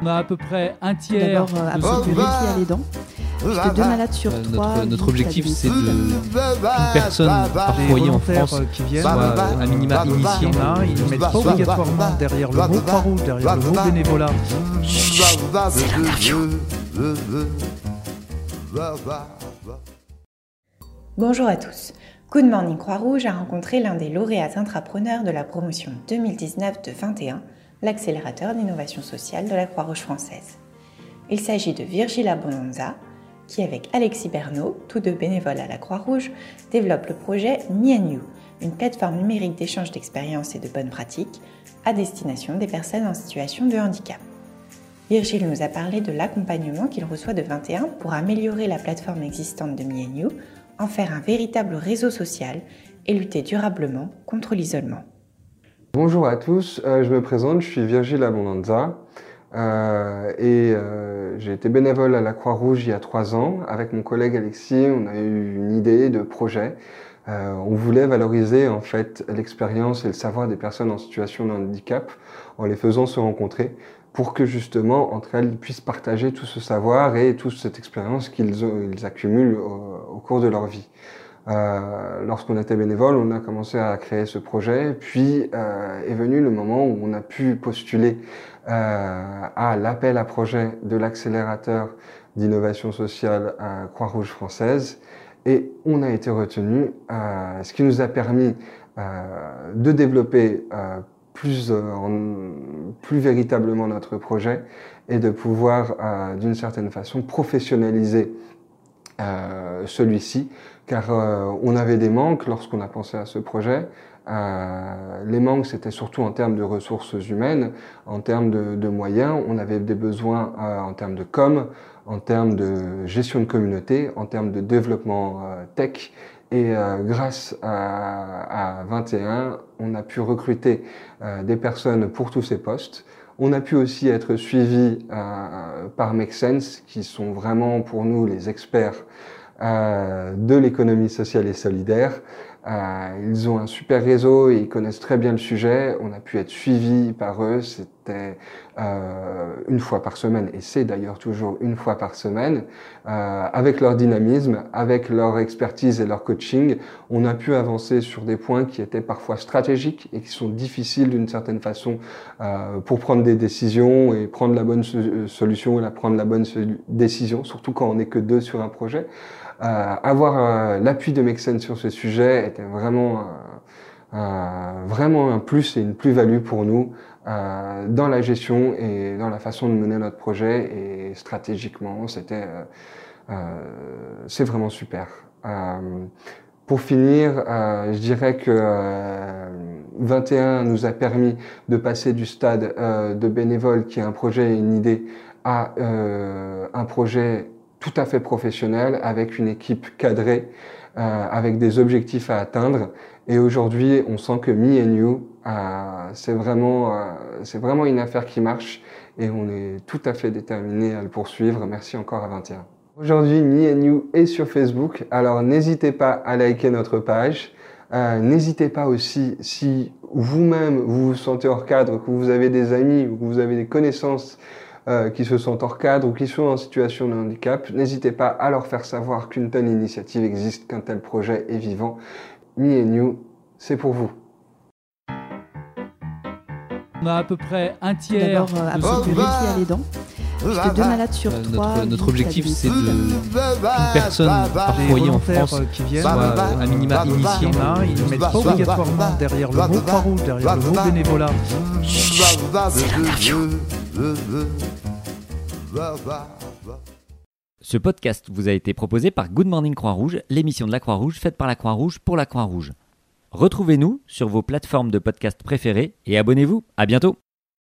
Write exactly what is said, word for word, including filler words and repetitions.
On a à peu près un tiers. D'abord, euh, absolument pied à les dents. Puisque deux malades sur Euh, trois. notre, notre vivent objectif, à c'est de domicile. qu'une personne par Les foyer en volontaires, France euh, qui viennent, soit euh, à minima Il y initié. en a, ils ne mettent pas obligatoirement derrière le mot Croix-Rouge, derrière le mot bénévolat. Bonjour à tous. Good Morning Croix-Rouge a rencontré l'un des lauréats intrapreneurs de la promotion deux mille dix-neuf de vingt et un, l'accélérateur d'innovation sociale de la Croix-Rouge française. Il s'agit de Virgile Abondanza, qui avec Alexis Bernot, tous deux bénévoles à la Croix-Rouge, développe le projet Me and You, une plateforme numérique d'échange d'expériences et de bonnes pratiques à destination des personnes en situation de handicap. Virgile nous a parlé de l'accompagnement qu'il reçoit de vingt et un pour améliorer la plateforme existante de Me and You, en faire un véritable réseau social et lutter durablement contre l'isolement. Bonjour à tous, euh, je me présente, je suis Virgile Abondanza euh, et euh, j'ai été bénévole à la Croix-Rouge il y a trois ans. Avec mon collègue Alexis, on a eu une idée de projet. Euh, on voulait valoriser en fait l'expérience et le savoir des personnes en situation de handicap en les faisant se rencontrer pour que justement entre elles puissent partager tout ce savoir et toute cette expérience qu'ils ils accumulent au, au cours de leur vie. Euh, lorsqu'on était bénévole, on a commencé à créer ce projet, puis euh, est venu le moment où on a pu postuler euh, à l'appel à projet de l'accélérateur d'innovation sociale à Croix-Rouge française, et on a été retenu, euh, ce qui nous a permis euh, de développer euh, plus, euh, en, plus véritablement notre projet et de pouvoir euh, d'une certaine façon professionnaliser euh, celui-ci, car euh, on avait des manques lorsqu'on a pensé à ce projet. Euh, les manques, c'était surtout en termes de ressources humaines, en termes de, de moyens. On avait des besoins euh, en termes de com, en termes de gestion de communauté, en termes de développement euh, tech. Et euh, grâce à, à vingt et un, on a pu recruter euh, des personnes pour tous ces postes. On a pu aussi être suivis euh, par Make Sense, qui sont vraiment pour nous les experts euh, de l'économie sociale et solidaire. Euh, ils ont un super réseau et ils connaissent très bien le sujet. On a pu être suivis par eux. C'était euh, une fois par semaine, et c'est d'ailleurs toujours une fois par semaine. Euh, avec leur dynamisme, avec leur expertise et leur coaching, on a pu avancer sur des points qui étaient parfois stratégiques et qui sont difficiles d'une certaine façon euh, pour prendre des décisions et prendre la bonne so- solution et la prendre la bonne so- décision, surtout quand on n'est que deux sur un projet. Euh, avoir euh, l'appui de Make Sense sur ce sujet était vraiment, euh, euh, vraiment un plus et une plus-value pour nous euh, dans la gestion et dans la façon de mener notre projet, et stratégiquement, c'était, euh, euh, c'est vraiment super. Euh, pour finir, euh, je dirais que euh, vingt et un nous a permis de passer du stade euh, de bénévole qui est un projet et une idée à euh, un projet tout à fait professionnel, avec une équipe cadrée, euh, avec des objectifs à atteindre. Et aujourd'hui, on sent que Me and You, euh, c'est vraiment, euh, c'est vraiment une affaire qui marche, et on est tout à fait déterminé à le poursuivre. Merci encore à vingt et un. Aujourd'hui, Me and You est sur Facebook, alors n'hésitez pas à liker notre page. Euh, n'hésitez pas aussi, si vous-même vous vous sentez hors cadre, que vous avez des amis ou que vous avez des connaissances Euh, qui se sentent hors cadre ou qui sont en situation de handicap, n'hésitez pas à leur faire savoir qu'une telle initiative existe, qu'un tel projet est vivant. Me and You, c'est pour vous. On a à peu près un tiers. D'abord, euh, absolument pied à les dents. Puisque deux malades sur Euh, trois. notre, notre vivent à objectif, c'est de domicile. qu'une personne par Les foyer en volontaires, France euh, qui viennent, soit euh, à minima Il initié. y en a, ils ne mettent pas obligatoirement derrière le mot Croix-Rouge, derrière le mot bénévolat. Ce podcast vous a été proposé par Good Morning Croix-Rouge, l'émission de la Croix-Rouge faite par la Croix-Rouge pour la Croix-Rouge. Retrouvez-nous sur vos plateformes de podcast préférées et abonnez-vous. À bientôt.